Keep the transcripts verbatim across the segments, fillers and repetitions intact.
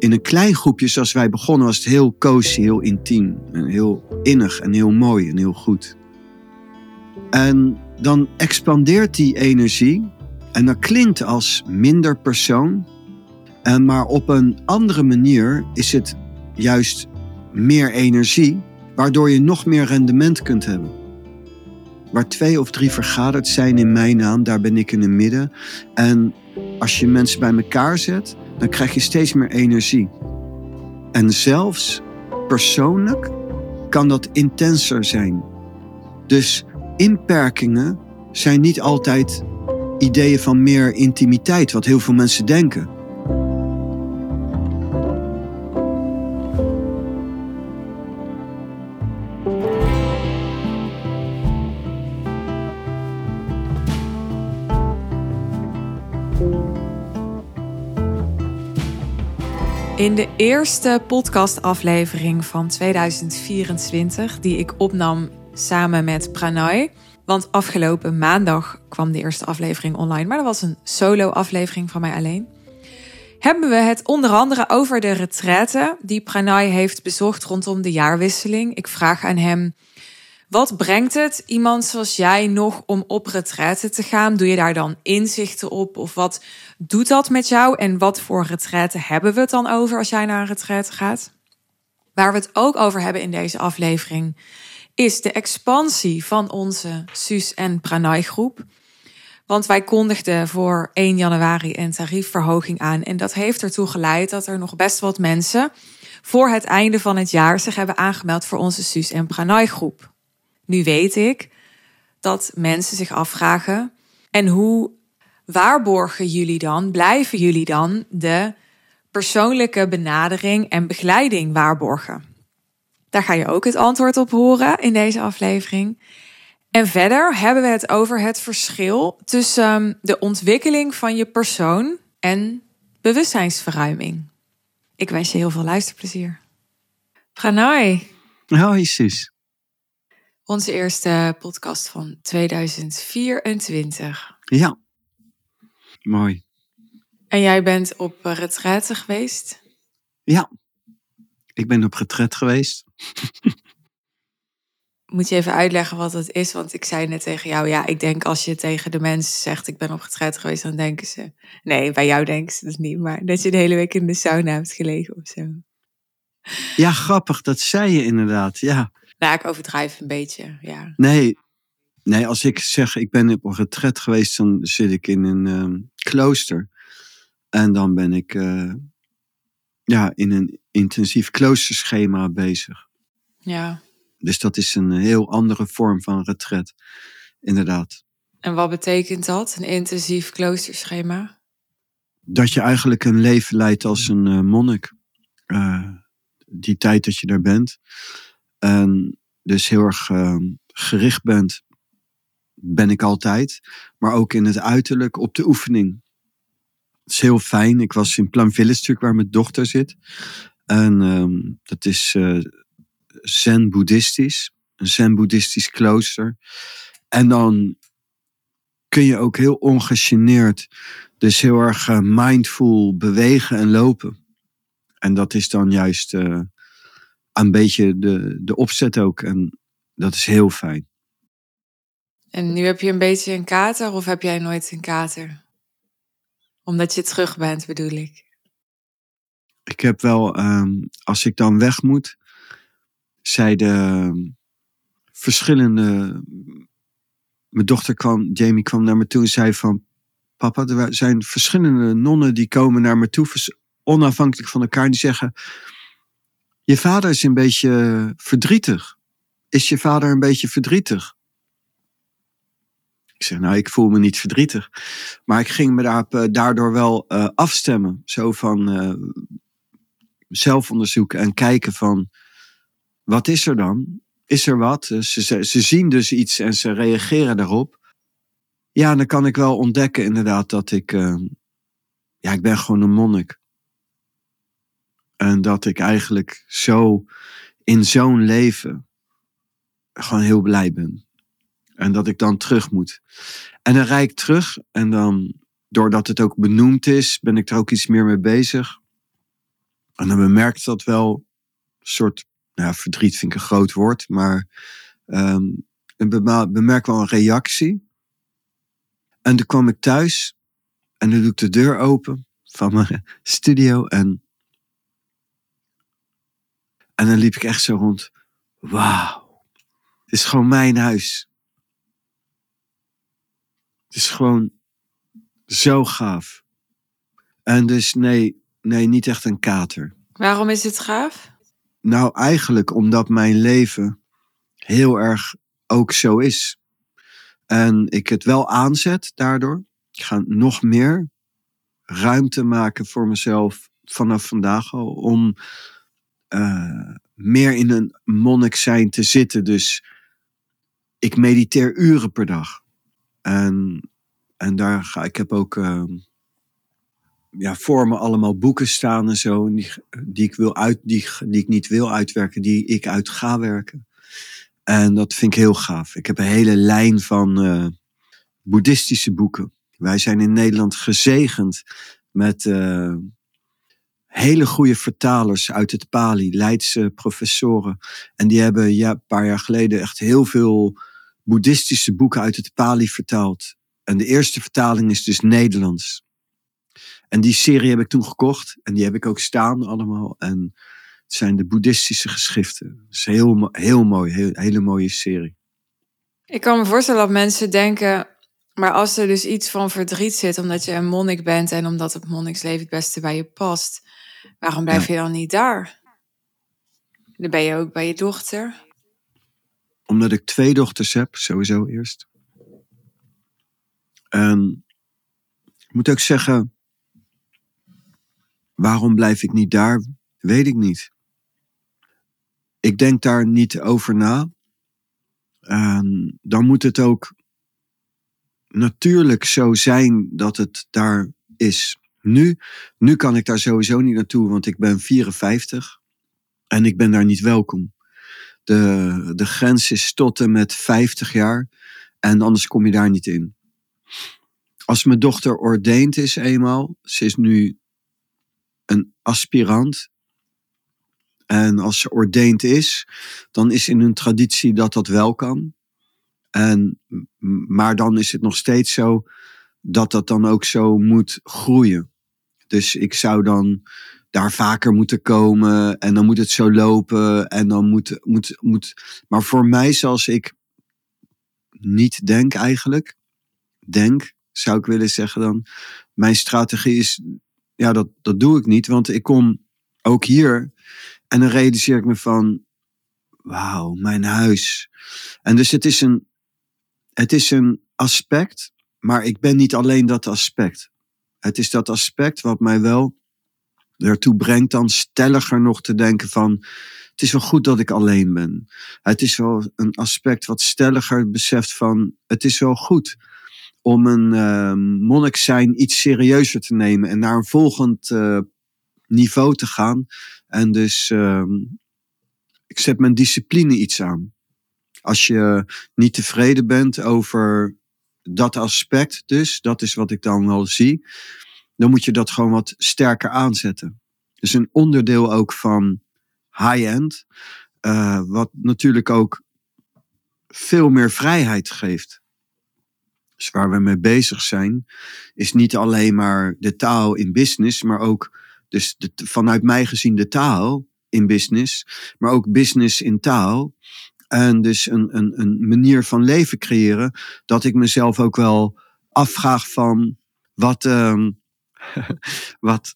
in een klein groepje zoals wij begonnen was het heel cozy, heel intiem. En heel innig en heel mooi en heel goed. En dan expandeert die energie en dat klinkt als minder persoon. En maar op een andere manier is het juist meer energie, waardoor je nog meer rendement kunt hebben. Waar twee of drie vergaderd zijn in mijn naam, daar ben ik in het midden. En als je mensen bij elkaar zet, dan krijg je steeds meer energie. En zelfs persoonlijk kan dat intenser zijn. Dus inperkingen zijn niet altijd ideeën van meer intimiteit, wat heel veel mensen denken. In de eerste podcastaflevering van tweeduizend vierentwintig, die ik opnam samen met Pranay, want afgelopen maandag kwam de eerste aflevering online, maar dat was een solo-aflevering van mij alleen, hebben we het onder andere over de retraite die Pranay heeft bezocht rondom de jaarwisseling. Ik vraag aan hem, wat brengt het iemand zoals jij nog om op retraite te gaan? Doe je daar dan inzichten op? Of wat doet dat met jou? En wat voor retraite hebben we het dan over als jij naar een retraite gaat? Waar we het ook over hebben in deze aflevering is de expansie van onze Suus en Pranay groep. Want wij kondigden voor één januari een tariefverhoging aan. En dat heeft ertoe geleid dat er nog best wat mensen voor het einde van het jaar zich hebben aangemeld voor onze Suus en Pranay groep. Nu weet ik dat mensen zich afvragen, en hoe waarborgen jullie dan, blijven jullie dan de persoonlijke benadering en begeleiding waarborgen? Daar ga je ook het antwoord op horen in deze aflevering. En verder hebben we het over het verschil tussen de ontwikkeling van je persoon en bewustzijnsverruiming. Ik wens je heel veel luisterplezier. Pranay. Hoi Suus. Onze eerste podcast van tweeduizend vierentwintig. Ja, mooi. En jij bent op retraite geweest? Ja, ik ben op retraite geweest. Moet je even uitleggen wat het is? Want ik zei net tegen jou, ja, ik denk als je tegen de mensen zegt, ik ben op retraite geweest, dan denken ze, nee, bij jou denken ze dat niet, maar dat je de hele week in de sauna hebt gelegen of zo. Ja, grappig, dat zei je inderdaad, ja. Nou, ik overdrijf een beetje, ja. Nee, nee, als ik zeg ik ben op een retret geweest, dan zit ik in een um, klooster. En dan ben ik uh, ja, in een intensief kloosterschema bezig. Ja. Dus dat is een heel andere vorm van retret, inderdaad. En wat betekent dat, een intensief kloosterschema? Dat je eigenlijk een leven leidt als een uh, monnik. Uh, die tijd dat je daar bent. En dus heel erg uh, gericht bent, ben ik altijd. Maar ook in het uiterlijk, op de oefening. Het is heel fijn. Ik was in Plum Village natuurlijk, waar mijn dochter zit. En um, dat is uh, zen-boeddhistisch. Een zen-boeddhistisch klooster. En dan kun je ook heel ongegeneerd, dus heel erg uh, mindful bewegen en lopen. En dat is dan juist uh, een beetje de, de opzet ook. En dat is heel fijn. En nu heb je een beetje een kater of heb jij nooit een kater? Omdat je terug bent, bedoel ik. Ik heb wel, um, als ik dan weg moet, zeiden verschillende... Mijn dochter kwam, Jamie kwam naar me toe en zei van, papa, er zijn verschillende nonnen die komen naar me toe, onafhankelijk van elkaar, die zeggen, je vader is een beetje verdrietig. Is je vader een beetje verdrietig? Ik zeg, nou, ik voel me niet verdrietig. Maar ik ging me daar, daardoor wel uh, afstemmen. Zo van uh, zelfonderzoeken en kijken van, wat is er dan? Is er wat? Ze, ze, ze zien dus iets en ze reageren daarop. Ja, dan kan ik wel ontdekken inderdaad dat ik, uh, ja, ik ben gewoon een monnik. En dat ik eigenlijk zo in zo'n leven gewoon heel blij ben. En dat ik dan terug moet. En dan rijd ik terug. En dan, doordat het ook benoemd is, ben ik er ook iets meer mee bezig. En dan bemerkt dat wel een soort, nou, verdriet vind ik een groot woord, maar um, ik bemerk wel een reactie. En toen kwam ik thuis en dan doe ik de deur open van mijn studio en, en dan liep ik echt zo rond. Wauw, het is gewoon mijn huis. Het is gewoon zo gaaf. En dus nee, nee, niet echt een kater. Waarom is het gaaf? Nou, eigenlijk omdat mijn leven heel erg ook zo is. En ik het wel aanzet daardoor. Ik ga nog meer ruimte maken voor mezelf vanaf vandaag al. Om uh, meer in een monnik zijn te zitten. Dus ik mediteer uren per dag. En, en daar ga ik heb ook uh, ja, voor me allemaal boeken staan en zo. Die, die, ik wil uit, die, die ik niet wil uitwerken. Die ik uit ga werken. En dat vind ik heel gaaf. Ik heb een hele lijn van uh, boeddhistische boeken. Wij zijn in Nederland gezegend met uh, hele goede vertalers uit het Pali, Leidse professoren. En die hebben ja, een paar jaar geleden echt heel veel boeddhistische boeken uit het Pali vertaald. En de eerste vertaling is dus Nederlands. En die serie heb ik toen gekocht. En die heb ik ook staan allemaal. En het zijn de boeddhistische geschriften. Het is heel, heel mooi, heel, hele mooie serie. Ik kan me voorstellen dat mensen denken, maar als er dus iets van verdriet zit, omdat je een monnik bent en omdat het monniksleven het beste bij je past, waarom blijf ja. je dan niet daar? Dan ben je ook bij je dochter. Omdat ik twee dochters heb, sowieso eerst. En ik moet ook zeggen, waarom blijf ik niet daar? Weet ik niet. Ik denk daar niet over na. En dan moet het ook natuurlijk zo zijn dat het daar is. Nu, nu kan ik daar sowieso niet naartoe, want ik ben vierenvijftig en ik ben daar niet welkom. De, de grens is tot en met vijftig jaar en anders kom je daar niet in. Als mijn dochter ordained is eenmaal, ze is nu een aspirant. En als ze ordained is, dan is in hun traditie dat dat wel kan. En, maar dan is het nog steeds zo dat dat dan ook zo moet groeien. Dus ik zou dan daar vaker moeten komen en dan moet het zo lopen en dan moet, moet, moet. Maar voor mij, zoals ik niet denk eigenlijk, denk, zou ik willen zeggen dan, mijn strategie is, ja, dat, dat doe ik niet, want ik kom ook hier en dan realiseer ik me van, wauw, mijn huis. En dus het is een, het is een aspect, maar ik ben niet alleen dat aspect. Het is dat aspect wat mij wel ertoe brengt dan stelliger nog te denken van, het is wel goed dat ik alleen ben. Het is wel een aspect wat stelliger beseft van, het is wel goed om een uh, monnik zijn iets serieuzer te nemen en naar een volgend uh, niveau te gaan. En dus uh, ik zet mijn discipline iets aan. Als je niet tevreden bent over dat aspect dus, dat is wat ik dan wel zie, dan moet je dat gewoon wat sterker aanzetten. Dus een onderdeel ook van high-end, uh, wat natuurlijk ook veel meer vrijheid geeft. Dus waar we mee bezig zijn, is niet alleen maar de taal in business, maar ook dus de, vanuit mij gezien de taal in business, maar ook business in taal. En dus een, een, een manier van leven creëren, dat ik mezelf ook wel afvraag van wat, um, wat,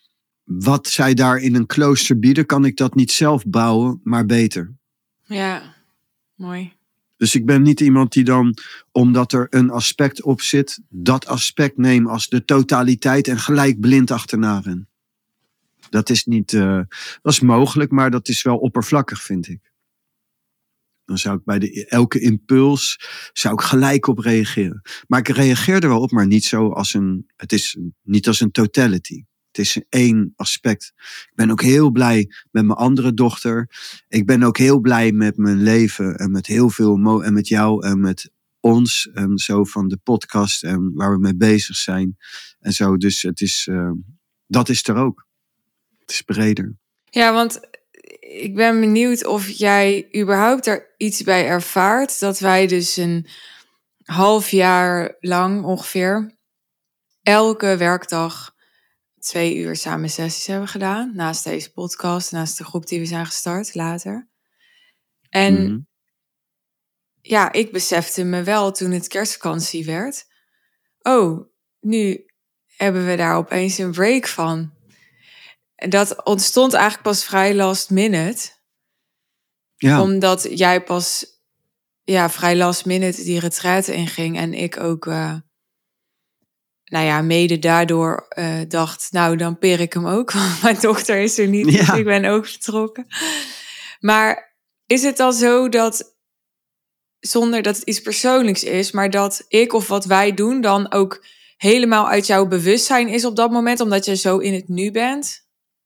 wat zij daar in een klooster bieden, kan ik dat niet zelf bouwen, maar beter. Ja, mooi. Dus ik ben niet iemand die dan, omdat er een aspect op zit, dat aspect neem als de totaliteit en gelijk blind achterna ren. Dat is niet, uh, dat is mogelijk, maar dat is wel oppervlakkig, vind ik. Dan zou ik bij de, elke impuls zou ik gelijk op reageren. Maar ik reageer er wel op, maar niet zo als een, het is niet als een totality. Het is één aspect. Ik ben ook heel blij met mijn andere dochter. Ik ben ook heel blij met mijn leven en met heel veel mo- en met jou en met ons en zo van de podcast en waar we mee bezig zijn en zo. Dus het is, uh, dat is er ook. Het is breder. Ja, want ik ben benieuwd of jij überhaupt er iets bij ervaart. Dat wij dus een half jaar lang ongeveer elke werkdag twee uur samen sessies hebben gedaan. Naast deze podcast, naast de groep die we zijn gestart later. En Mm-hmm. ja, ik besefte me wel toen het kerstvakantie werd. Oh, nu hebben we daar opeens een break van. En dat ontstond eigenlijk pas vrij last minute. Ja. Omdat jij pas ja, vrij last minute die retraite inging. En ik ook, uh, nou ja, mede daardoor uh, dacht... nou, dan peer ik hem ook. Want mijn dochter is er niet, Ja. dus ik ben ook vertrokken. Maar is het dan zo dat... zonder dat het iets persoonlijks is... maar dat ik of wat wij doen dan ook helemaal uit jouw bewustzijn is op dat moment... omdat je zo in het nu bent?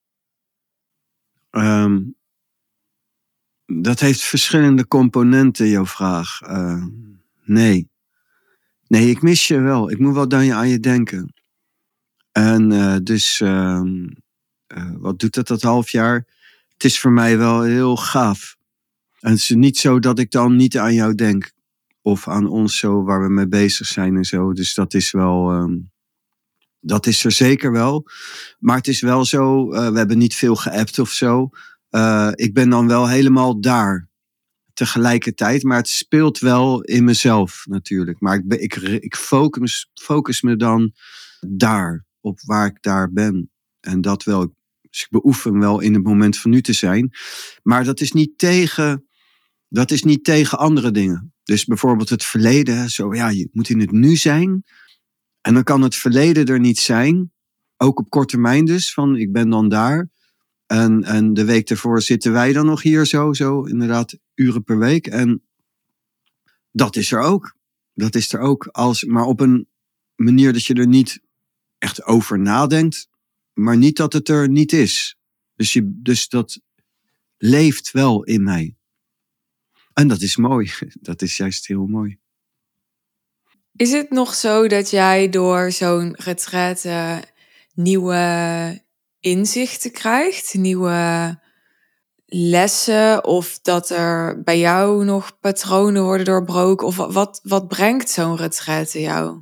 Um, dat heeft verschillende componenten, jouw vraag. Uh, nee. Nee, ik mis je wel. Ik moet wel dan aan je denken. En uh, dus, uh, uh, wat doet dat dat half jaar? Het is voor mij wel heel gaaf. En het is niet zo dat ik dan niet aan jou denk. Of aan ons zo, waar we mee bezig zijn en zo. Dus dat is wel... Um, dat is er zeker wel. Maar het is wel zo, uh, we hebben niet veel geappt of zo. Uh, ik ben dan wel helemaal daar. Tegelijkertijd. Maar het speelt wel in mezelf natuurlijk. Maar ik, ben, ik, ik focus, focus me dan daar. Op waar ik daar ben. En dat wel. Dus ik beoefen wel in het moment van nu te zijn. Maar dat is niet tegen... Dat is niet tegen andere dingen. Dus bijvoorbeeld het verleden. Zo, ja, je moet in het nu zijn. En dan kan het verleden er niet zijn. Ook op korte termijn dus. Van ik ben dan daar. En, en de week daarvoor zitten wij dan nog hier zo. Zo inderdaad uren per week. En dat is er ook. Dat is er ook. Als, maar op een manier dat je er niet echt over nadenkt. Maar niet dat het er niet is. Dus, je, dus dat leeft wel in mij. En dat is mooi. Dat is juist heel mooi. Is het nog zo dat jij door zo'n retraite nieuwe inzichten krijgt? Nieuwe lessen? Of dat er bij jou nog patronen worden doorbroken? Of wat, wat brengt zo'n retraite jou?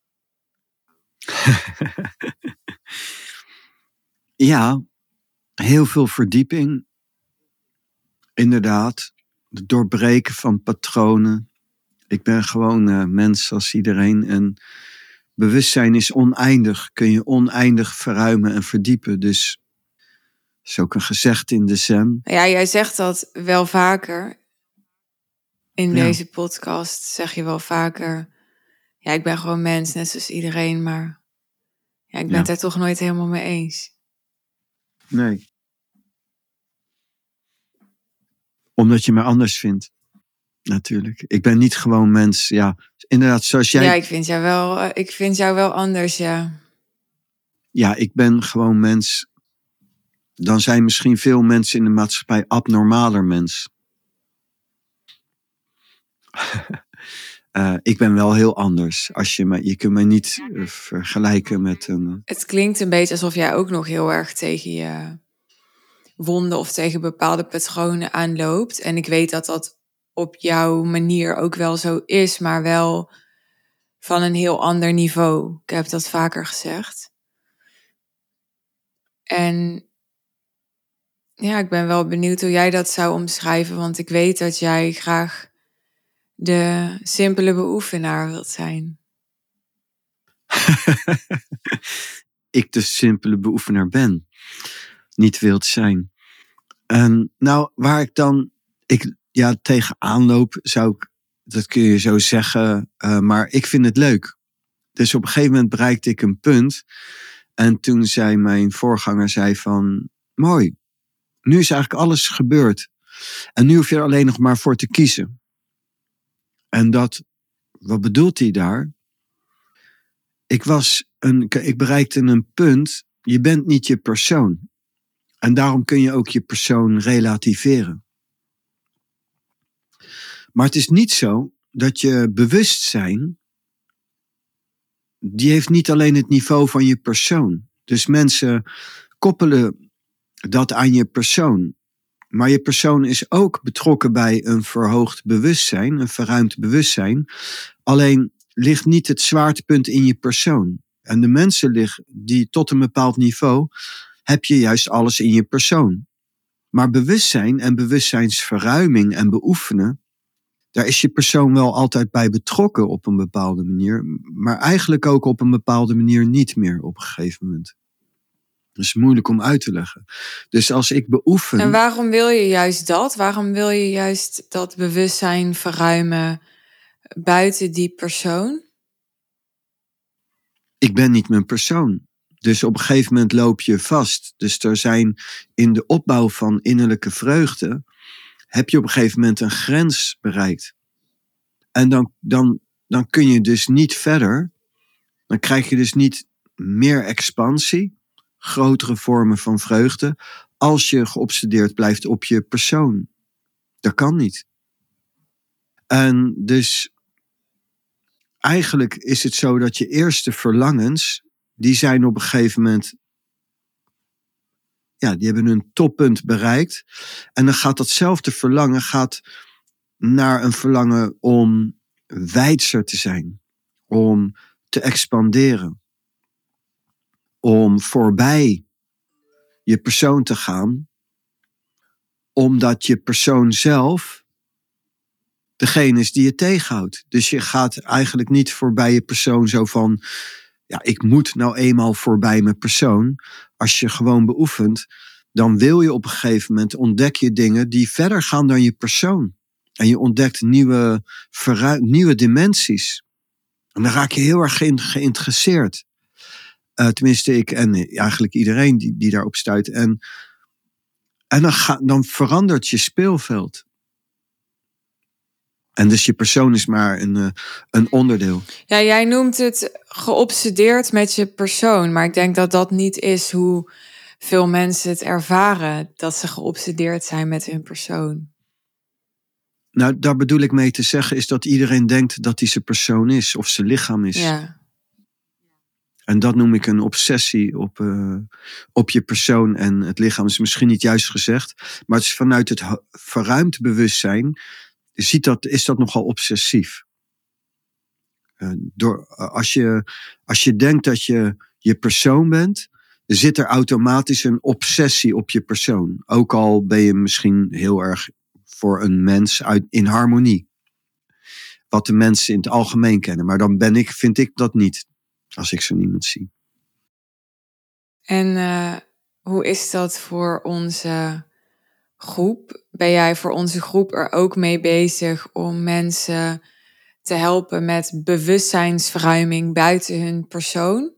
Ja, heel veel verdieping. Inderdaad. Het doorbreken van patronen. Ik ben gewoon uh, mens als iedereen. En bewustzijn is oneindig. Kun je oneindig verruimen en verdiepen. Dus dat is ook een gezegde in de zen. Ja, jij zegt dat wel vaker. In Ja. deze podcast zeg je wel vaker... Ja, ik ben gewoon mens, net zoals iedereen. Maar ja, ik ben Ja. het er toch nooit helemaal mee eens. Nee. Omdat je me anders vindt. Natuurlijk. Ik ben niet gewoon mens. Ja, inderdaad, zoals jij... Ja, ik vind jou wel, ik vind jou wel anders, ja. Ja, ik ben gewoon mens. Dan zijn misschien veel mensen in de maatschappij abnormaler mens. uh, ik ben wel heel anders. Als je, me, je kunt mij niet uh, vergelijken met een... Uh... Het klinkt een beetje alsof jij ook nog heel erg tegen je wonden of tegen bepaalde patronen aanloopt. En ik weet dat dat op jouw manier ook wel zo is, maar wel van een heel ander niveau. Ik heb dat vaker gezegd. En ja, ik ben wel benieuwd hoe jij dat zou omschrijven, want ik weet dat jij graag de simpele beoefenaar wilt zijn. Ik de simpele beoefenaar ben. Niet wilt zijn. En nou, waar ik dan ik, ja, tegenaan loop, zou ik, dat kun je zo zeggen, uh, maar ik vind het leuk. Dus op een gegeven moment bereikte ik een punt. En toen zei mijn voorganger zei van, mooi, nu is eigenlijk alles gebeurd. En nu hoef je er alleen nog maar voor te kiezen. En dat, wat bedoelt hij daar? Ik was een, ik bereikte een punt, je bent niet je persoon. En daarom kun je ook je persoon relativeren. Maar het is niet zo dat je bewustzijn, die heeft niet alleen het niveau van je persoon. Dus mensen koppelen dat aan je persoon. Maar je persoon is ook betrokken bij een verhoogd bewustzijn, een verruimd bewustzijn. Alleen ligt niet het zwaartepunt in je persoon. En de mensen liggen die tot een bepaald niveau, heb je juist alles in je persoon. Maar bewustzijn en bewustzijnsverruiming en beoefenen, daar is je persoon wel altijd bij betrokken op een bepaalde manier. Maar eigenlijk ook op een bepaalde manier niet meer op een gegeven moment. Dat is moeilijk om uit te leggen. Dus als ik beoefen... En waarom wil je juist dat? Waarom wil je juist dat bewustzijn verruimen buiten die persoon? Ik ben niet mijn persoon. Dus op een gegeven moment loop je vast. Dus er zijn in de opbouw van innerlijke vreugde, heb je op een gegeven moment een grens bereikt. En dan, dan, dan kun je dus niet verder. Dan krijg je dus niet meer expansie, grotere vormen van vreugde, als je geobsedeerd blijft op je persoon. Dat kan niet. En dus eigenlijk is het zo dat je eerste verlangens, die zijn op een gegeven moment, ja, die hebben hun toppunt bereikt. En dan gaat datzelfde verlangen gaat naar een verlangen om wijdser te zijn, om te expanderen, om voorbij je persoon te gaan, omdat je persoon zelf degene is die je tegenhoudt. Dus je gaat eigenlijk niet voorbij je persoon zo van, ja, ik moet nou eenmaal voorbij mijn persoon. Als je gewoon beoefent, dan wil je op een gegeven moment, ontdek je dingen die verder gaan dan je persoon. En je ontdekt nieuwe, verru- nieuwe dimensies. En dan raak je heel erg ge- geïnteresseerd. Uh, tenminste, ik en eigenlijk iedereen die, die daarop stuit. En, en dan, ga, dan verandert je speelveld. En dus je persoon is maar een, uh, een onderdeel. Ja, jij noemt het geobsedeerd met je persoon. Maar ik denk dat dat niet is hoe veel mensen het ervaren. Dat ze geobsedeerd zijn met hun persoon. Nou, daar bedoel ik mee te zeggen is dat iedereen denkt dat hij zijn persoon is. Of zijn lichaam is. Ja. En dat noem ik een obsessie op, uh, op je persoon en het lichaam. Is misschien niet juist gezegd. Maar het is vanuit het verruimd bewustzijn, ziet dat, is dat nogal obsessief. Uh, door, uh, als, je, als je denkt dat je je persoon bent, zit er automatisch een obsessie op je persoon. Ook al ben je misschien heel erg voor een mens uit, in harmonie. Wat de mensen in het algemeen kennen. Maar dan ben ik, vind ik dat niet. Als ik zo niemand zie. En uh, hoe is dat voor onze groep? Ben jij voor onze groep er ook mee bezig om mensen te helpen met bewustzijnsverruiming buiten hun persoon?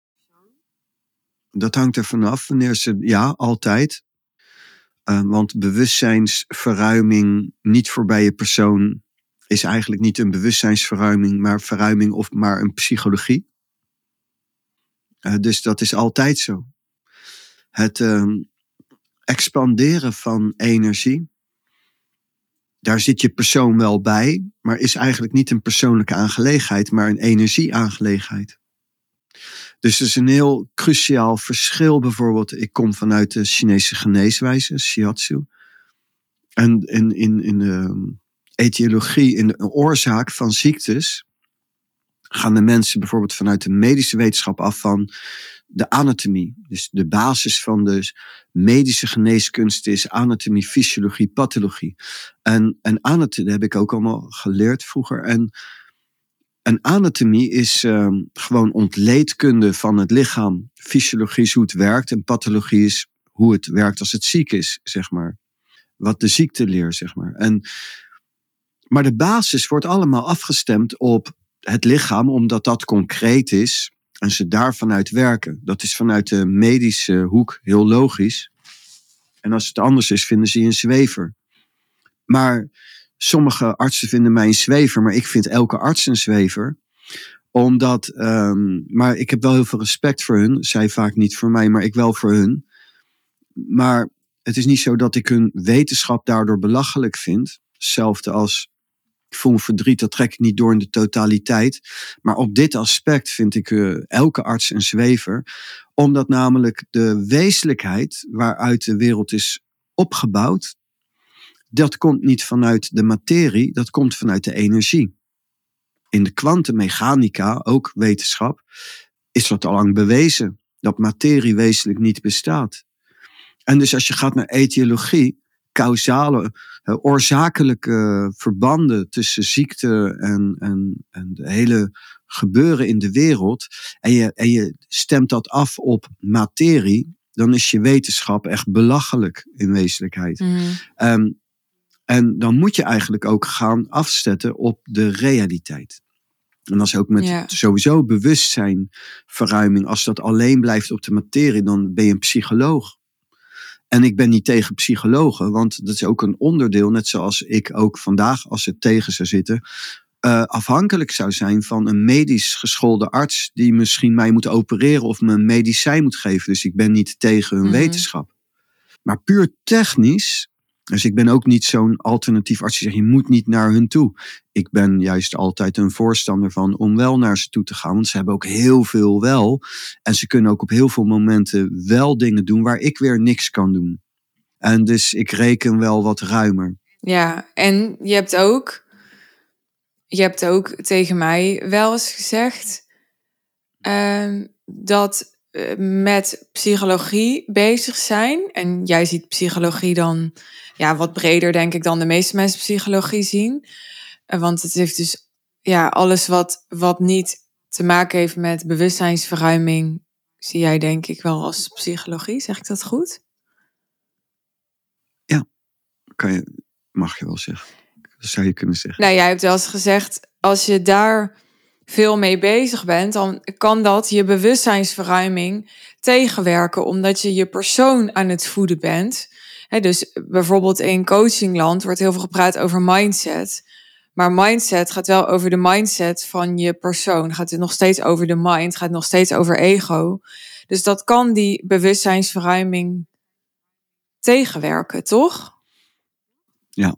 Dat hangt er vanaf wanneer ze, ja, altijd. Uh, want bewustzijnsverruiming niet voorbij je persoon is eigenlijk niet een bewustzijnsverruiming, maar verruiming of maar een psychologie. Uh, dus dat is altijd zo. Het uh, expanderen van energie, daar zit je persoon wel bij, maar is eigenlijk niet een persoonlijke aangelegenheid, maar een energieaangelegenheid. Dus er is een heel cruciaal verschil. Bijvoorbeeld, ik kom vanuit de Chinese geneeswijze, Shiatsu. En in, in, in de etiologie, in de oorzaak van ziektes, gaan de mensen bijvoorbeeld vanuit de medische wetenschap af van de anatomie. Dus de basis van de medische geneeskunst is anatomie, fysiologie, pathologie. En, en anatomie heb ik ook allemaal geleerd vroeger. En, en anatomie is um, gewoon ontleedkunde van het lichaam. Fysiologie is hoe het werkt en pathologie is hoe het werkt als het ziek is, zeg maar. Wat de ziekte leert, zeg maar. En, maar de basis wordt allemaal afgestemd op het lichaam, omdat dat concreet is en ze daar vanuit werken. Dat is vanuit de medische hoek heel logisch. En als het anders is, vinden ze je een zwever. Maar sommige artsen vinden mij een zwever, maar ik vind elke arts een zwever. Omdat, um, maar ik heb wel heel veel respect voor hun. Zij vaak niet voor mij, maar ik wel voor hun. Maar het is niet zo dat ik hun wetenschap daardoor belachelijk vind. Hetzelfde als Ik voel verdriet, dat trek ik niet door in de totaliteit. Maar op dit aspect vind ik uh, elke arts een zwever. Omdat namelijk de wezenlijkheid waaruit de wereld is opgebouwd, dat komt niet vanuit de materie, dat komt vanuit de energie. In de kwantummechanica, ook wetenschap, is dat al lang bewezen. Dat materie wezenlijk niet bestaat. En dus als je gaat naar etiologie, causale, uh, oorzakelijke verbanden tussen ziekte en, en, en de hele gebeuren in de wereld, en je, en je stemt dat af op materie, dan is je wetenschap echt belachelijk in wezenlijkheid. Mm. Um, en dan moet je eigenlijk ook gaan afzetten op de realiteit. En als ook met ja. sowieso bewustzijnverruiming, als dat alleen blijft op de materie, dan ben je een psycholoog. En ik ben niet tegen psychologen, want dat is ook een onderdeel, net zoals ik ook vandaag, als het tegen zou zitten, uh, afhankelijk zou zijn van een medisch geschoolde arts die misschien mij moet opereren of me een medicijn moet geven. Dus ik ben niet tegen hun mm-hmm. wetenschap. Maar puur technisch, dus ik ben ook niet zo'n alternatief arts die zegt, je moet niet naar hun toe. Ik ben juist altijd een voorstander van om wel naar ze toe te gaan. Want ze hebben ook heel veel wel. En ze kunnen ook op heel veel momenten wel dingen doen waar ik weer niks kan doen. En dus ik reken wel wat ruimer. Ja, en je hebt ook, je hebt ook tegen mij wel eens gezegd uh, dat met psychologie bezig zijn. En jij ziet psychologie dan ja, wat breder, denk ik, dan de meeste mensen psychologie zien. Want het heeft dus ja, alles wat, wat niet te maken heeft met bewustzijnsverruiming, zie jij denk ik wel als psychologie. Zeg ik dat goed? Ja, kan je, mag je wel zeggen. Dat zou je kunnen zeggen. Nou, jij hebt wel eens gezegd, als je daar veel mee bezig bent, dan kan dat je bewustzijnsverruiming tegenwerken, omdat je je persoon aan het voeden bent. He, dus bijvoorbeeld in coachingland wordt heel veel gepraat over mindset. Maar mindset gaat wel over de mindset van je persoon. Gaat het nog steeds over de mind, gaat nog steeds over ego. Dus dat kan die bewustzijnsverruiming tegenwerken, toch? Ja.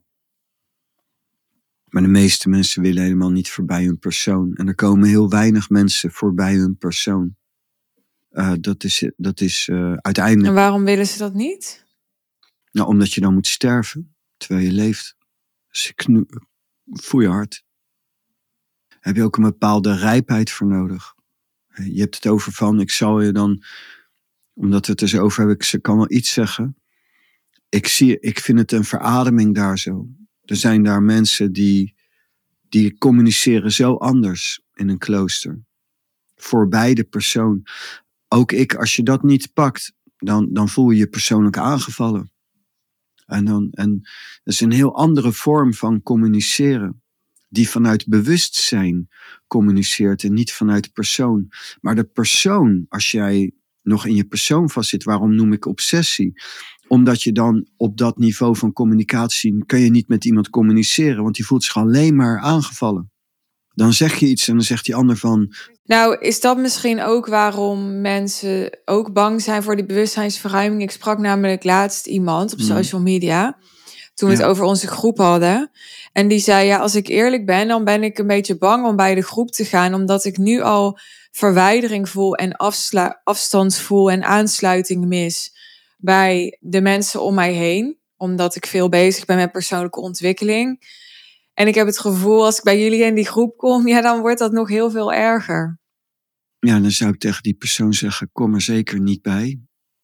Maar de meeste mensen willen helemaal niet voorbij hun persoon. En er komen heel weinig mensen voorbij hun persoon. Uh, dat is, dat is uh, uiteindelijk... En waarom willen ze dat niet? Nou, omdat je dan moet sterven, terwijl je leeft. Dus je kno- voel je hart. Daar heb je ook een bepaalde rijpheid voor nodig. Je hebt het over van, ik zal je dan... Omdat we het er zo over hebben, ik kan wel iets zeggen. Ik, zie, ik vind het een verademing daar zo. Er zijn daar mensen die, die communiceren zo anders in een klooster. Voorbij de persoon. Ook ik, als je dat niet pakt, dan, dan voel je je persoonlijk aangevallen. En, dan, en dat is een heel andere vorm van communiceren. Die vanuit bewustzijn communiceert en niet vanuit de persoon. Maar de persoon, als jij nog in je persoon vastzit, waarom noem ik obsessie? Omdat je dan op dat niveau van communicatie, kan je niet met iemand communiceren, want die voelt zich alleen maar aangevallen. Dan zeg je iets en dan zegt die ander van... Nou, is dat misschien ook waarom mensen ook bang zijn voor die bewustzijnsverruiming? Ik sprak namelijk laatst iemand op social media, toen we ja. het over onze groep hadden. En die zei, ja, als ik eerlijk ben, dan ben ik een beetje bang om bij de groep te gaan, omdat ik nu al verwijdering voel en afsla- afstand voel en aansluiting mis bij de mensen om mij heen, omdat ik veel bezig ben met persoonlijke ontwikkeling. En ik heb het gevoel, als ik bij jullie in die groep kom, ja, dan wordt dat nog heel veel erger. Ja, dan zou ik tegen die persoon zeggen, kom er zeker niet bij.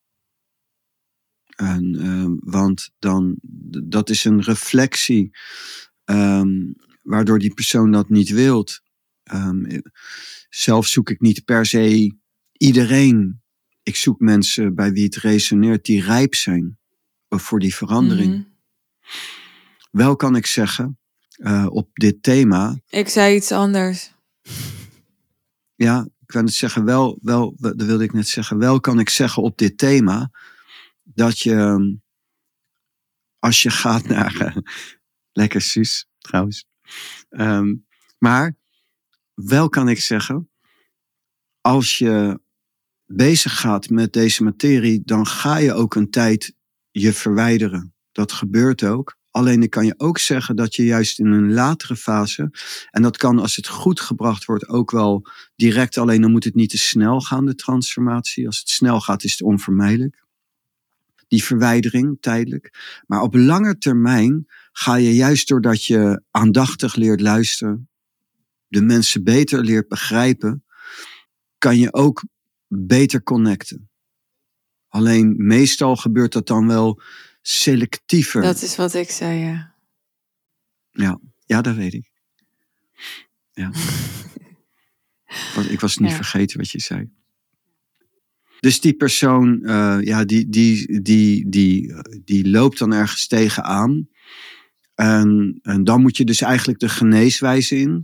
En, uh, want dan, dat is een reflectie, um, waardoor die persoon dat niet wilt. Um, zelf zoek ik niet per se iedereen. Ik zoek mensen bij wie het resoneert, die rijp zijn voor die verandering. Mm-hmm. Wel kan ik zeggen, uh, op dit thema... Ik zei iets anders. Ja, ik kan het zeggen, wel, wel, dat wilde ik net zeggen, wel kan ik zeggen op dit thema, dat je, als je gaat naar, uh, lekker Suus trouwens, um, maar wel kan ik zeggen, als je bezig gaat met deze materie, dan ga je ook een tijd je verwijderen. Dat gebeurt ook. Alleen ik kan je ook zeggen dat je juist in een latere fase, en dat kan als het goed gebracht wordt ook wel direct, alleen dan moet het niet te snel gaan, de transformatie. Als het snel gaat is het onvermijdelijk. Die verwijdering tijdelijk. Maar op lange termijn ga je juist doordat je aandachtig leert luisteren, de mensen beter leert begrijpen, kan je ook beter connecten. Alleen meestal gebeurt dat dan wel selectiever. Dat is wat ik zei, ja. Ja, ja dat weet ik. Ja. Ik was niet ja. vergeten wat je zei. Dus die persoon, uh, ja, die, die, die, die, die loopt dan ergens tegenaan. En, en dan moet je dus eigenlijk de geneeswijze in.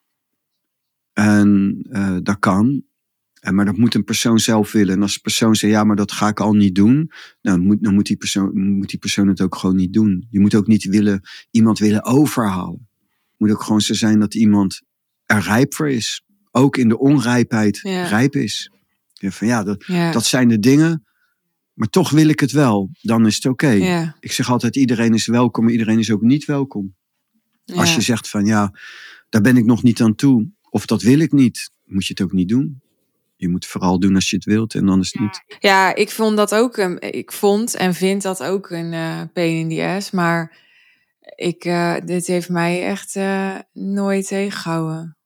En uh, dat kan. En, maar dat moet een persoon zelf willen. En als de persoon zegt, ja, maar dat ga ik al niet doen. Nou, moet, dan moet die, persoon, moet die persoon het ook gewoon niet doen. Je moet ook niet willen, iemand willen overhalen. Het moet ook gewoon zo zijn dat iemand er rijp voor is. Ook in de onrijpheid ja. rijp is. Ja, van, ja, dat, ja, dat zijn de dingen. Maar toch wil ik het wel. Dan is het oké. Okay. Ja. Ik zeg altijd, iedereen is welkom. Maar iedereen is ook niet welkom. Ja. Als je zegt van, ja, daar ben ik nog niet aan toe. Of dat wil ik niet. Moet je het ook niet doen. Je moet het vooral doen als je het wilt en anders niet. Ja, ik vond dat ook een, ik vond en vind dat ook een uh, pain in the ass. Maar ik, uh, dit heeft mij echt uh, nooit tegengehouden.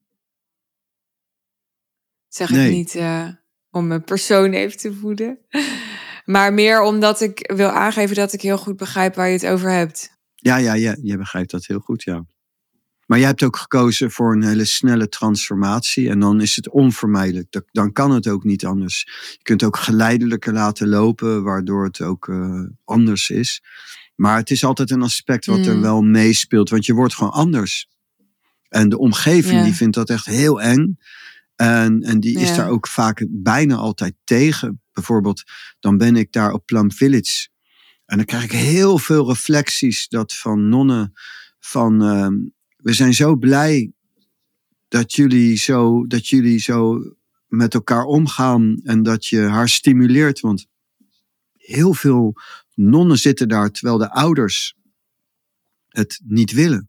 Zeg nee. ik niet uh, om mijn persoon even te voeden. Maar meer omdat ik wil aangeven dat ik heel goed begrijp waar je het over hebt. Ja, ja, ja, je begrijpt dat heel goed, ja. Maar jij hebt ook gekozen voor een hele snelle transformatie. En dan is het onvermijdelijk. Dan kan het ook niet anders. Je kunt het ook geleidelijker laten lopen, waardoor het ook uh, anders is. Maar het is altijd een aspect wat mm. er wel meespeelt. Want je wordt gewoon anders. En de omgeving ja. die vindt dat echt heel eng. En, en die is ja. daar ook vaak bijna altijd tegen. Bijvoorbeeld, dan ben ik daar op Plum Village. En dan krijg ik heel veel reflecties dat van nonnen van... Uh, we zijn zo blij dat jullie zo, dat jullie zo met elkaar omgaan en dat je haar stimuleert. Want heel veel nonnen zitten daar terwijl de ouders het niet willen.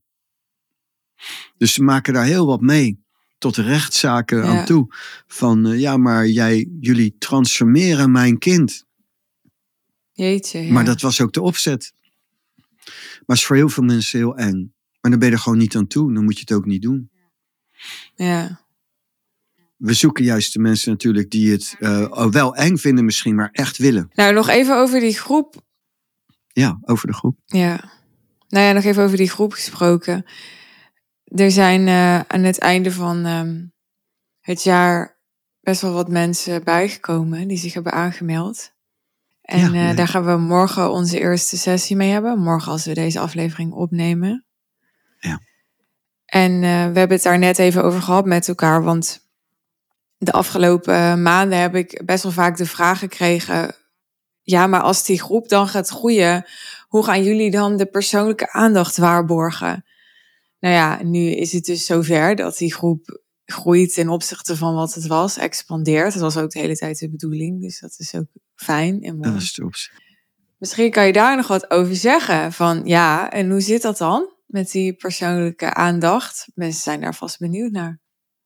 Dus ze maken daar heel wat mee. Tot rechtszaken ja. aan toe. Van uh, ja, maar jij, jullie transformeren mijn kind. Jeetje, ja. Maar dat was ook de opzet. Maar is voor heel veel mensen heel eng. Maar dan ben je er gewoon niet aan toe. Dan moet je het ook niet doen. Ja. We zoeken juist de mensen natuurlijk die het uh, wel eng vinden misschien, maar echt willen. Nou, nog even over die groep. Ja, over de groep. Ja. Nou ja, nog even over die groep gesproken. Er zijn uh, aan het einde van um, het jaar best wel wat mensen bijgekomen die zich hebben aangemeld. En ja, uh, nee. daar gaan we morgen onze eerste sessie mee hebben. Morgen als we deze aflevering opnemen. Ja. En uh, we hebben het daar net even over gehad met elkaar. Want de afgelopen maanden heb ik best wel vaak de vraag gekregen. Ja, maar als die groep dan gaat groeien, hoe gaan jullie dan de persoonlijke aandacht waarborgen? Nou ja, nu is het dus zover dat die groep groeit ten opzichte van wat het was, expandeert. Dat was ook de hele tijd de bedoeling, dus dat is ook fijn en mooi. Dat is de optie. Misschien kan je daar nog wat over zeggen. Van ja, en hoe zit dat dan met die persoonlijke aandacht? Mensen zijn daar vast benieuwd naar.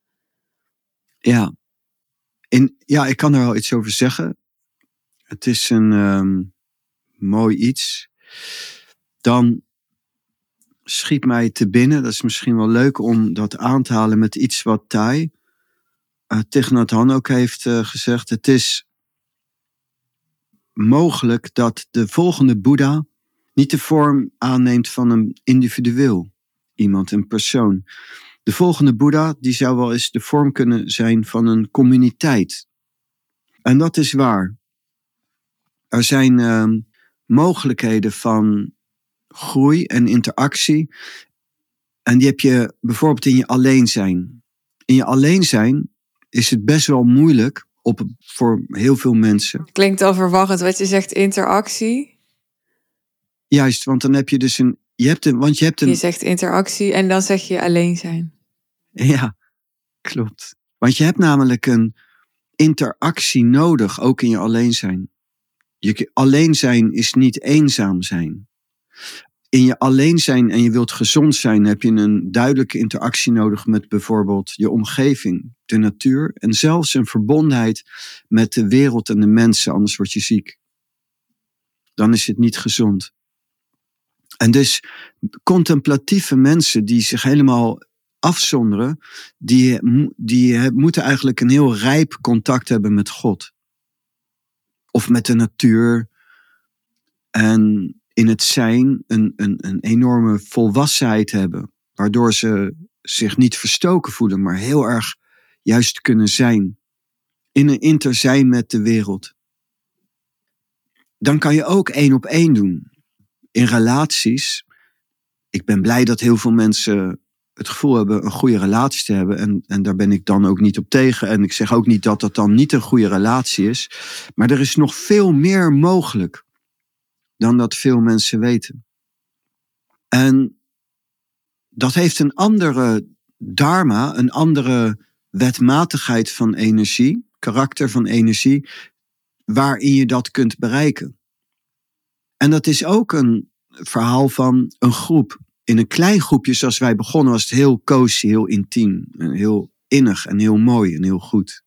Ja, In, ja ik kan er wel iets over zeggen. Het is een um, mooi iets. Dan schiet mij te binnen. Dat is misschien wel leuk om dat aan te halen met iets wat Thai uh, Thich Nhat Hanh ook heeft uh, gezegd. Het is mogelijk dat de volgende Boeddha niet de vorm aanneemt van een individueel. Iemand, een persoon. De volgende Boeddha die zou wel eens de vorm kunnen zijn van een communiteit. En dat is waar. Er zijn uh, mogelijkheden van groei en interactie. En die heb je bijvoorbeeld in je alleen zijn. In je alleen zijn is het best wel moeilijk op, voor heel veel mensen. Klinkt al verwarrend wat je zegt, interactie. Juist, want dan heb je dus een... Je, hebt een, want je, hebt een je zegt interactie en dan zeg je alleen zijn. Ja, klopt. Want je hebt namelijk een interactie nodig, ook in je alleen zijn. Je alleen zijn is niet eenzaam zijn. in je alleen zijn en je wilt gezond zijn, heb je een duidelijke interactie nodig met bijvoorbeeld je omgeving, de natuur en zelfs een verbondenheid met de wereld en de mensen, anders word je ziek. Dan is het niet gezond. En dus contemplatieve mensen die zich helemaal afzonderen, die, die moeten eigenlijk een heel rijp contact hebben met God. Of met de natuur. En in het zijn een, een, een enorme volwassenheid hebben. Waardoor ze zich niet verstoken voelen, maar heel erg juist kunnen zijn. In een interzijn met de wereld. Dan kan je ook één op één doen. In relaties. Ik ben blij dat heel veel mensen het gevoel hebben een goede relatie te hebben. En, en daar ben ik dan ook niet op tegen. En ik zeg ook niet dat dat dan niet een goede relatie is. Maar er is nog veel meer mogelijk dan dat veel mensen weten. En dat heeft een andere dharma, een andere wetmatigheid van energie, karakter van energie, waarin je dat kunt bereiken. En dat is ook een verhaal van een groep. In een klein groepje zoals wij begonnen was het heel cozy, heel intiem. En heel innig en heel mooi en heel goed.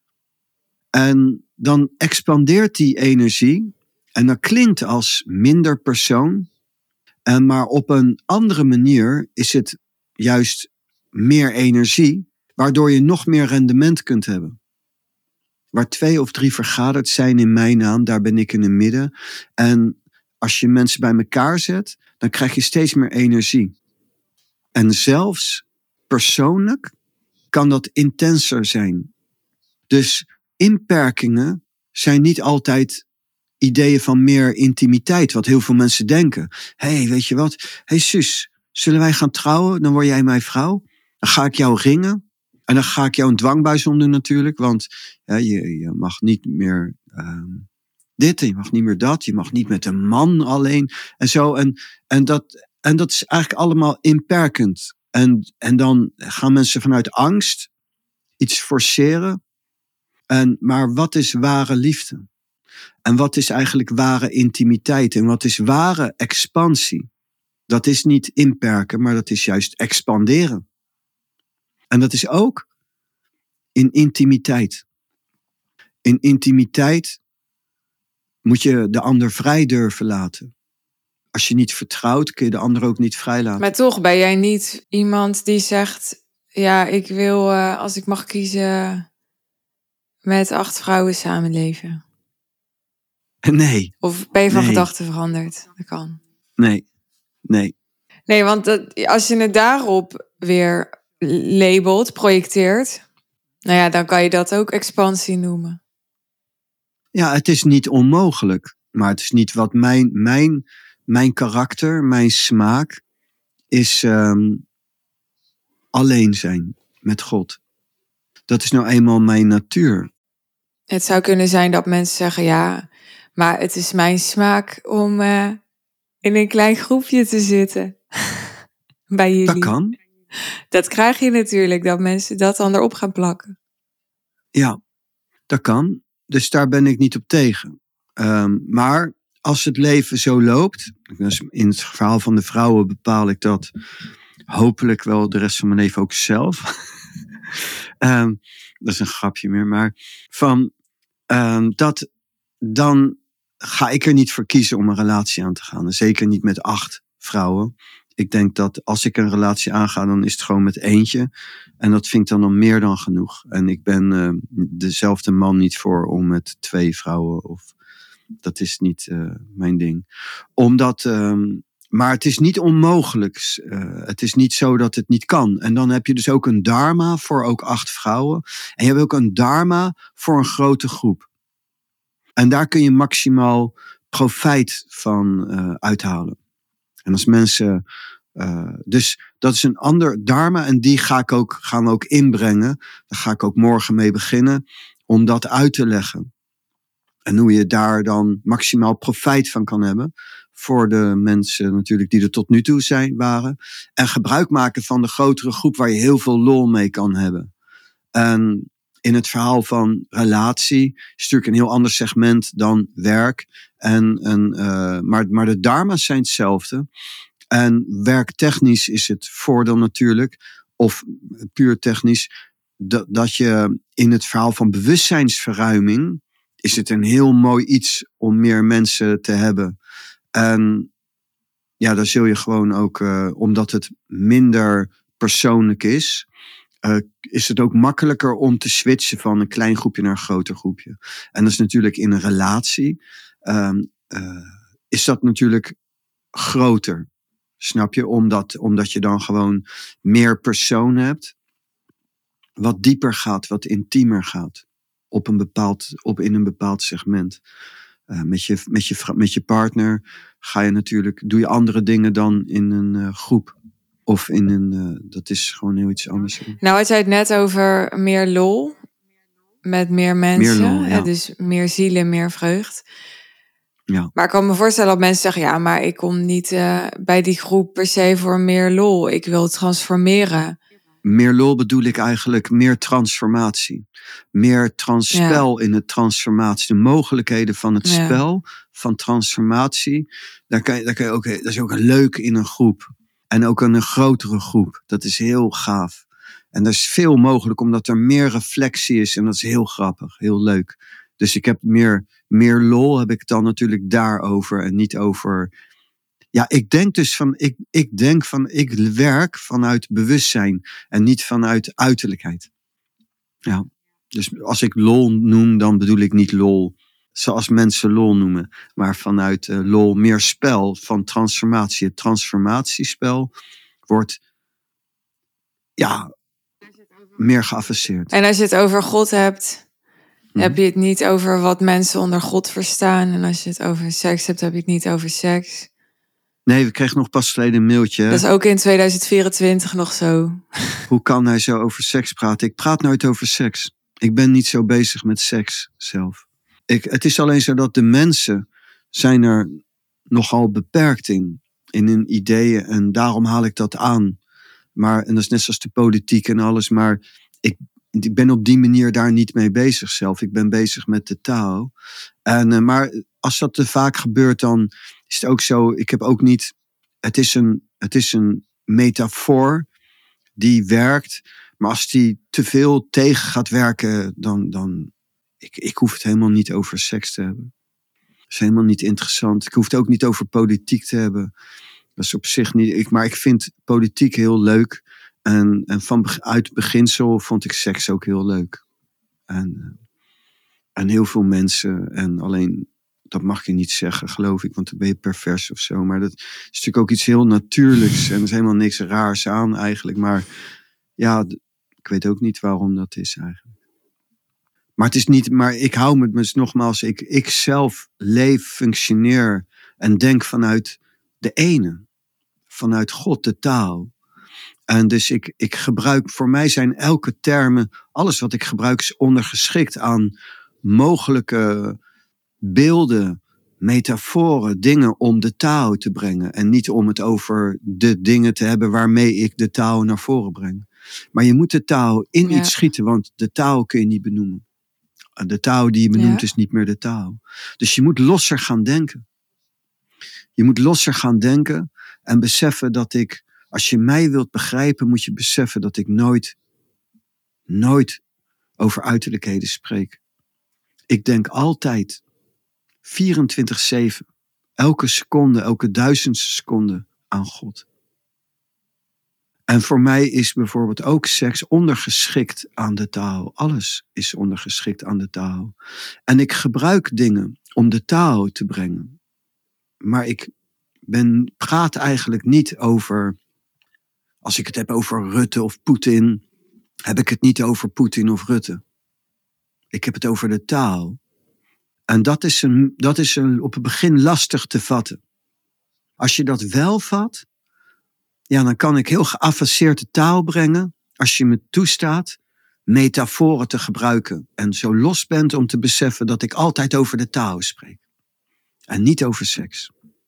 En dan expandeert die energie. En dat klinkt als minder persoon. En maar op een andere manier is het juist meer energie. Waardoor je nog meer rendement kunt hebben. Waar twee of drie vergaderd zijn in mijn naam, daar ben ik in het midden. En als je mensen bij elkaar zet, dan krijg je steeds meer energie. En zelfs persoonlijk kan dat intenser zijn. Dus inperkingen zijn niet altijd ideeën van meer intimiteit, wat heel veel mensen denken. Hé, hey, weet je wat? Hé hey, zus, zullen wij gaan trouwen? Dan word jij mijn vrouw. Dan ga ik jou ringen. En dan ga ik jou een dwangbuis omdoen natuurlijk. Want ja, je, je mag niet meer um, dit en je mag niet meer dat. Je mag niet met een man alleen. En zo. En, en, dat, en dat is eigenlijk allemaal inperkend. En, en dan gaan mensen vanuit angst iets forceren. En, maar wat is ware liefde? En wat is eigenlijk ware intimiteit? En wat is ware expansie? Dat is niet inperken, maar dat is juist expanderen. En dat is ook in intimiteit. In intimiteit moet je de ander vrij durven laten. Als je niet vertrouwt, kun je de ander ook niet vrij laten. Maar toch ben jij niet iemand die zegt, ja, ik wil, uh, als ik mag kiezen, met acht vrouwen samenleven. Nee. Of ben je van nee. gedachten veranderd? Dat kan. Nee, nee. Nee, want dat, als je het daarop weer labelt, projecteert, nou ja, dan kan je dat ook expansie noemen. Ja, het is niet onmogelijk. Maar het is niet wat mijn, mijn, mijn karakter, mijn smaak is um, alleen zijn met God. Dat is nou eenmaal mijn natuur. Het zou kunnen zijn dat mensen zeggen, ja, maar het is mijn smaak om uh, in een klein groepje te zitten. Bij jullie. Dat kan. Dat krijg je natuurlijk, dat mensen dat dan erop gaan plakken. Ja, dat kan. Dus daar ben ik niet op tegen. Um, maar als het leven zo loopt, in het verhaal van de vrouwen bepaal ik dat hopelijk wel de rest van mijn leven ook zelf. um, dat is een grapje meer, maar van um, dat dan ga ik er niet voor kiezen om een relatie aan te gaan. Zeker niet met acht vrouwen. Ik denk dat als ik een relatie aanga, dan is het gewoon met eentje. En dat vind ik dan al meer dan genoeg. En ik ben uh, dezelfde man niet voor om met twee vrouwen. Of, dat is niet uh, mijn ding. Omdat, um, maar het is niet onmogelijk. Uh, het is niet zo dat het niet kan. En dan heb je dus ook een dharma voor ook acht vrouwen. En je hebt ook een dharma voor een grote groep. En daar kun je maximaal profijt van uh, uithalen. En als mensen, uh, dus dat is een ander dharma en die ga ik ook, gaan we ook inbrengen. Daar ga ik ook morgen mee beginnen om dat uit te leggen. En hoe je daar dan maximaal profijt van kan hebben. Voor de mensen natuurlijk die er tot nu toe zijn, waren. En gebruik maken van de grotere groep waar je heel veel lol mee kan hebben. En in het verhaal van relatie is natuurlijk een heel ander segment dan werk. En, en, uh, maar, maar de dharma's zijn hetzelfde. En werktechnisch is het voordeel natuurlijk, of puur technisch, dat, dat je in het verhaal van bewustzijnsverruiming, is het een heel mooi iets om meer mensen te hebben. En ja, dan zul je gewoon ook, uh, omdat het minder persoonlijk is, uh, is het ook makkelijker om te switchen van een klein groepje naar een groter groepje. En dat is natuurlijk in een relatie, um, uh, is dat natuurlijk groter. Snap je? Omdat, omdat je dan gewoon meer persoon hebt, wat dieper gaat, wat intiemer gaat. Op een bepaald, op in een bepaald segment. Uh, met, je, met, je, met je partner ga je natuurlijk, doe je andere dingen dan in een uh, groep. Of in een, uh, dat is gewoon heel iets anders. Nou, had jij het net over meer lol. Met meer mensen. Meer lol, ja. hè, dus meer zielen, meer vreugd. Ja. Maar ik kan me voorstellen dat mensen zeggen, ja, maar ik kom niet uh, bij die groep per se voor meer lol. Ik wil transformeren. Meer lol bedoel ik eigenlijk meer transformatie. Meer transspel ja. in het transformatie. De mogelijkheden van het ja. spel van transformatie. Daar kan je, daar kan je ook, dat is ook leuk in een groep. En ook in een grotere groep. Dat is heel gaaf. En er is veel mogelijk omdat er meer reflectie is. En dat is heel grappig, heel leuk. Dus ik heb meer, meer lol heb ik het dan natuurlijk daarover. En niet over... Ja, ik denk dus van, ik, ik denk van, ik werk vanuit bewustzijn en niet vanuit uiterlijkheid. Ja, dus als ik lol noem, dan bedoel ik niet lol zoals mensen lol noemen, maar vanuit uh, lol meer spel van transformatie. Het transformatiespel wordt, ja, meer geavanceerd. En als je het over God hebt, hm. heb je het niet over wat mensen onder God verstaan. En als je het over seks hebt, heb je het niet over seks. Nee, we kregen nog pas geleden een mailtje. Dat is ook in tweeduizend vierentwintig nog zo. Hoe kan hij zo over seks praten? Ik praat nooit over seks. Ik ben niet zo bezig met seks zelf. Ik, het is alleen zo dat de mensen zijn er nogal beperkt in. In hun ideeën. En daarom haal ik dat aan. Maar, en dat is net zoals de politiek en alles. Maar ik, ik ben op die manier daar niet mee bezig zelf. Ik ben bezig met de taal. En, uh, maar als dat te vaak gebeurt, dan is het ook zo. Ik heb ook niet. Het is een, het is een metafoor die werkt. Maar als die te veel tegen gaat werken, dan. dan ik, ik hoef het helemaal niet over seks te hebben. Dat is helemaal niet interessant. Ik hoef het ook niet over politiek te hebben. Dat is op zich niet. Ik, maar ik vind politiek heel leuk. En, en van uit beginsel vond ik seks ook heel leuk. En, en heel veel mensen. En alleen, dat mag je niet zeggen, geloof ik. Want dan ben je pervers of zo. Maar dat is natuurlijk ook iets heel natuurlijks. En er is helemaal niks raars aan eigenlijk. Maar ja, ik weet ook niet waarom dat is eigenlijk. Maar het is niet. Maar ik hou me dus nogmaals. Ik, ik zelf leef, functioneer. En denk vanuit de ene. Vanuit God, de taal. En dus ik, ik gebruik, voor mij zijn elke termen, alles wat ik gebruik is ondergeschikt aan mogelijke beelden, metaforen, dingen om de taal te brengen. En niet om het over de dingen te hebben waarmee ik de taal naar voren breng. Maar je moet de taal in ja. iets schieten, want de taal kun je niet benoemen. De taal die je benoemt ja. is niet meer de taal. Dus je moet losser gaan denken. Je moet losser gaan denken en beseffen dat ik, als je mij wilt begrijpen, moet je beseffen dat ik nooit, nooit over uiterlijkheden spreek. Ik denk altijd, vierentwintig zeven, elke seconde, elke duizendste seconde aan God. En voor mij is bijvoorbeeld ook seks ondergeschikt aan de taal. Alles is ondergeschikt aan de taal. En ik gebruik dingen om de taal te brengen. Maar ik ben, praat eigenlijk niet over, als ik het heb over Rutte of Poetin, heb ik het niet over Poetin of Rutte. Ik heb het over de taal. En dat is, een, dat is een, op het begin lastig te vatten. Als je dat wel vat, ja, dan kan ik heel geavanceerde taal brengen, als je me toestaat, metaforen te gebruiken. En zo los bent om te beseffen dat ik altijd over de taal spreek. En niet over seks.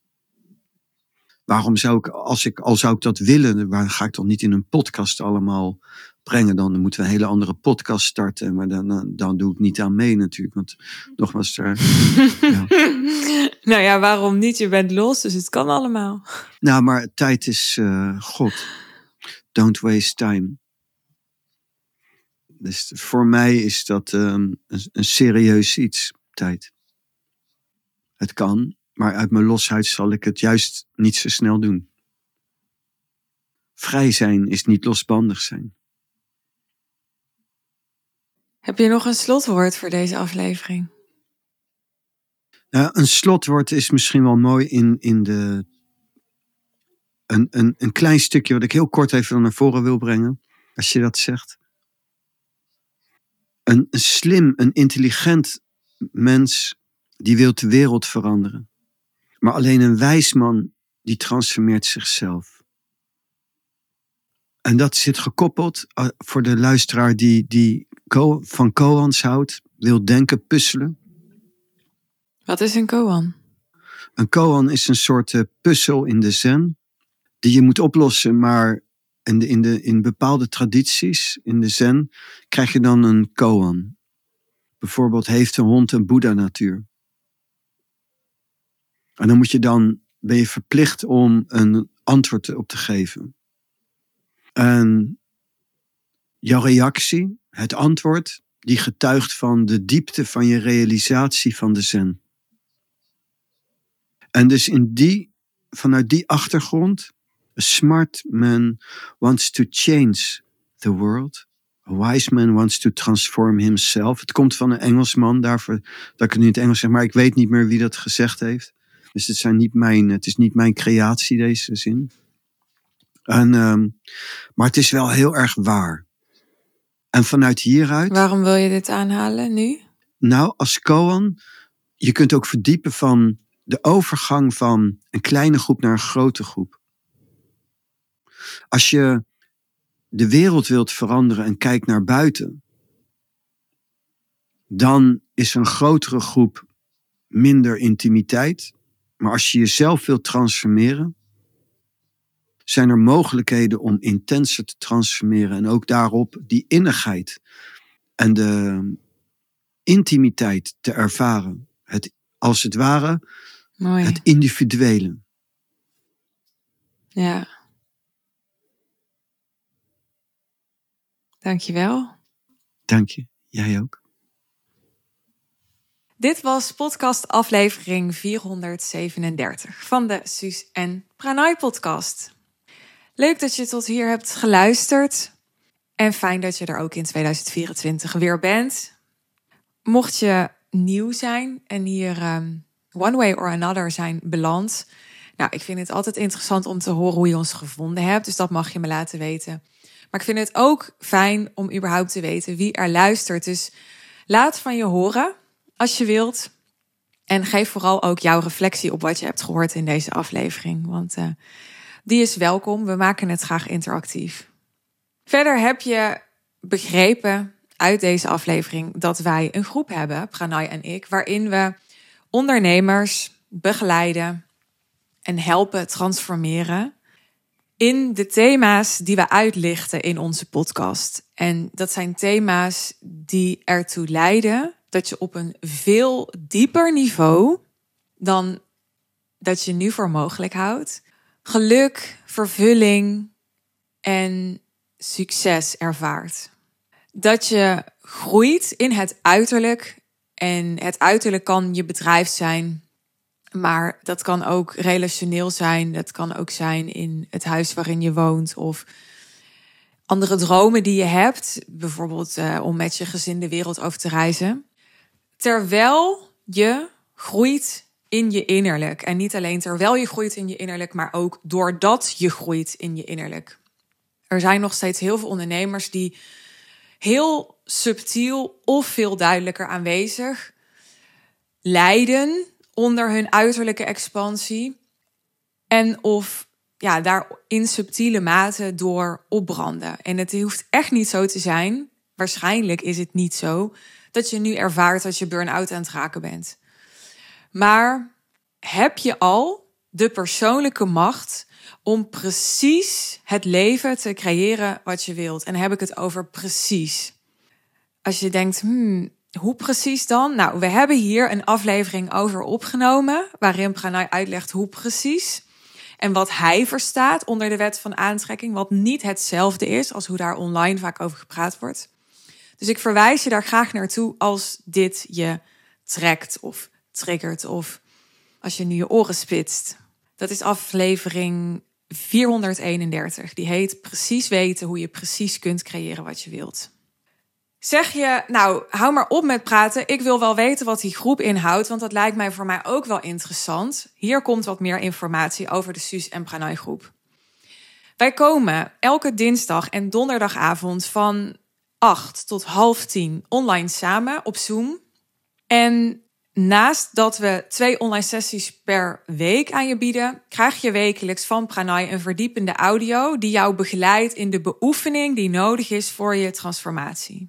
Waarom zou ik, als ik, al zou ik dat willen, waar ga ik toch niet in een podcast allemaal brengen? Dan moeten we een hele andere podcast starten. Maar dan, dan, dan doe ik niet aan mee natuurlijk. Want nogmaals, er, ja. Nou ja, waarom niet? Je bent los, dus het kan allemaal. Nou, maar tijd is uh, God. Don't waste time. Dus voor mij is dat um, een, een serieus iets, tijd. Het kan, maar uit mijn losheid zal ik het juist niet zo snel doen. Vrij zijn is niet losbandig zijn. Heb je nog een slotwoord voor deze aflevering? Nou, een slotwoord is misschien wel mooi in, in de... Een, een, een klein stukje wat ik heel kort even naar voren wil brengen. Als je dat zegt. Een, een slim, een intelligent mens, die wil de wereld veranderen. Maar alleen een wijs man, die transformeert zichzelf. En dat zit gekoppeld uh, voor de luisteraar die, die ko- van koans houdt, wil denken, puzzelen. Wat is een koan? Een koan is een soort uh, puzzel in de zen, die je moet oplossen, maar in, de, in, de, in bepaalde tradities, in de zen, krijg je dan een koan. Bijvoorbeeld, heeft een hond een boeddha-natuur? En dan moet je dan, ben je verplicht om een antwoord op te geven. En jouw reactie, het antwoord, die getuigt van de diepte van je realisatie van de zen. En dus in die, vanuit die achtergrond, a smart man wants to change the world. A wise man wants to transform himself. Het komt van een Engelsman, daarvoor dat ik het nu in het Engels zeg, maar ik weet niet meer wie dat gezegd heeft. Dus het, zijn niet mijn, het is niet mijn creatie, deze zin. En, um, maar het is wel heel erg waar. En vanuit hieruit... Waarom wil je dit aanhalen nu? Nou, als koan, je kunt ook verdiepen van de overgang van een kleine groep naar een grote groep. Als je de wereld wilt veranderen en kijkt naar buiten, dan is een grotere groep minder intimiteit. Maar als je jezelf wilt transformeren, zijn er mogelijkheden om intenser te transformeren. En ook daarop die innigheid en de intimiteit te ervaren. Het, als het ware, Mooi. Het individuele. Ja. Dankjewel. Dank je. Jij ook. Dit was podcast aflevering vierhonderdzevenendertig van de Suus en Pranay podcast. Leuk dat je tot hier hebt geluisterd. En fijn dat je er ook in tweeduizend vierentwintig weer bent. Mocht je nieuw zijn en hier um, one way or another zijn beland. Nou, ik vind het altijd interessant om te horen hoe je ons gevonden hebt. Dus dat mag je me laten weten. Maar ik vind het ook fijn om überhaupt te weten wie er luistert. Dus laat van je horen als je wilt. En geef vooral ook jouw reflectie op wat je hebt gehoord in deze aflevering. Want uh, die is welkom. We maken het graag interactief. Verder heb je begrepen uit deze aflevering dat wij een groep hebben, Pranay en ik, waarin we ondernemers begeleiden en helpen transformeren in de thema's die we uitlichten in onze podcast. En dat zijn thema's die ertoe leiden dat je op een veel dieper niveau dan dat je nu voor mogelijk houdt, geluk, vervulling en succes ervaart. Dat je groeit in het uiterlijk. En het uiterlijk kan je bedrijf zijn. Maar dat kan ook relationeel zijn. Dat kan ook zijn in het huis waarin je woont. Of andere dromen die je hebt. Bijvoorbeeld uh, om met je gezin de wereld over te reizen. Terwijl je groeit in je innerlijk. En niet alleen terwijl je groeit in je innerlijk. Maar ook doordat je groeit in je innerlijk. Er zijn nog steeds heel veel ondernemers die heel subtiel of veel duidelijker aanwezig lijden onder hun uiterlijke expansie. En of ja, daar in subtiele mate door opbranden. En het hoeft echt niet zo te zijn, waarschijnlijk is het niet zo, dat je nu ervaart dat je burn-out aan het raken bent. Maar heb je al de persoonlijke macht om precies het leven te creëren wat je wilt? En dan heb ik het over precies. Als je denkt, hmm, Hoe precies dan? Nou, we hebben hier een aflevering over opgenomen, waarin Pranay uitlegt hoe precies en wat hij verstaat onder de wet van aantrekking, wat niet hetzelfde is als hoe daar online vaak over gepraat wordt. Dus ik verwijs je daar graag naartoe als dit je trekt of triggert of als je nu je oren spitst. Dat is aflevering vierhonderdeenendertig. Die heet Precies weten hoe je precies kunt creëren wat je wilt. Zeg je, nou, hou maar op met praten. Ik wil wel weten wat die groep inhoudt, want dat lijkt mij voor mij ook wel interessant. Hier komt wat meer informatie over de Suus en Pranay groep. Wij komen elke dinsdag en donderdagavond van acht tot half tien online samen op Zoom. En naast dat we twee online sessies per week aan je bieden, krijg je wekelijks van Pranay een verdiepende audio die jou begeleidt in de beoefening die nodig is voor je transformatie.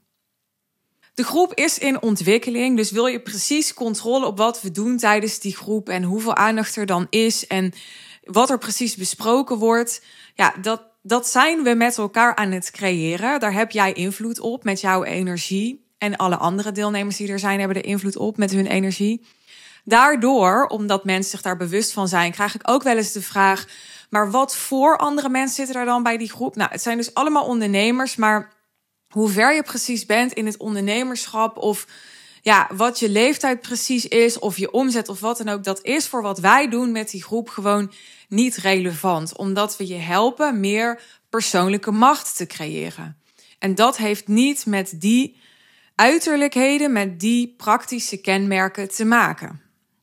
De groep is in ontwikkeling, dus wil je precies controle op wat we doen tijdens die groep en hoeveel aandacht er dan is en wat er precies besproken wordt. Ja, dat, dat zijn we met elkaar aan het creëren. Daar heb jij invloed op met jouw energie. En alle andere deelnemers die er zijn, hebben er invloed op met hun energie. Daardoor, omdat mensen zich daar bewust van zijn, krijg ik ook wel eens de vraag, maar wat voor andere mensen zitten er dan bij die groep? Nou, het zijn dus allemaal ondernemers, maar hoe ver je precies bent in het ondernemerschap of ja, wat je leeftijd precies is of je omzet of wat dan ook, dat is voor wat wij doen met die groep gewoon niet relevant. Omdat we je helpen meer persoonlijke macht te creëren. En dat heeft niet met die uiterlijkheden, met die praktische kenmerken te maken.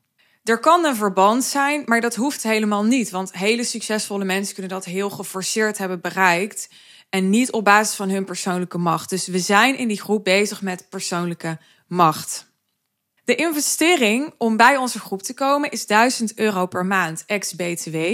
Er kan een verband zijn, maar dat hoeft helemaal niet. Want hele succesvolle mensen kunnen dat heel geforceerd hebben bereikt en niet op basis van hun persoonlijke macht. Dus we zijn in die groep bezig met persoonlijke macht. De investering om bij onze groep te komen is duizend euro per maand ex-B T W.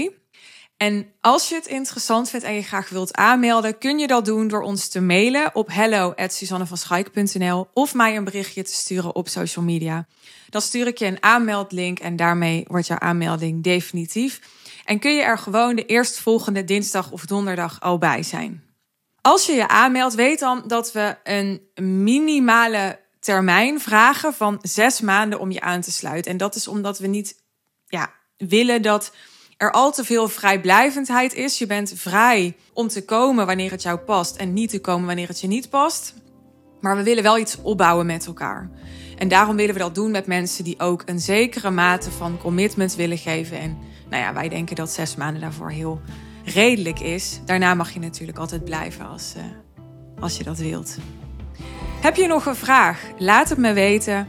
En als je het interessant vindt en je graag wilt aanmelden, kun je dat doen door ons te mailen op hello at suzannevanschaik punt n l of mij een berichtje te sturen op social media. Dan stuur ik je een aanmeldlink en daarmee wordt jouw aanmelding definitief. En kun je er gewoon de eerstvolgende dinsdag of donderdag al bij zijn. Als je je aanmeldt, weet dan dat we een minimale termijn vragen van zes maanden om je aan te sluiten. En dat is omdat we niet ja, willen dat er al te veel vrijblijvendheid is. Je bent vrij om te komen wanneer het jou past en niet te komen wanneer het je niet past. Maar we willen wel iets opbouwen met elkaar. En daarom willen we dat doen met mensen die ook een zekere mate van commitment willen geven. En nou ja, wij denken dat zes maanden daarvoor heel redelijk is. Daarna mag je natuurlijk altijd blijven als, uh, als je dat wilt. Heb je nog een vraag? Laat het me weten.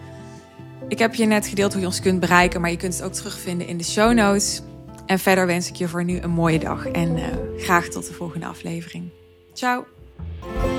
Ik heb je net gedeeld hoe je ons kunt bereiken, maar je kunt het ook terugvinden in de show notes. En verder wens ik je voor nu een mooie dag en uh, graag tot de volgende aflevering. Ciao!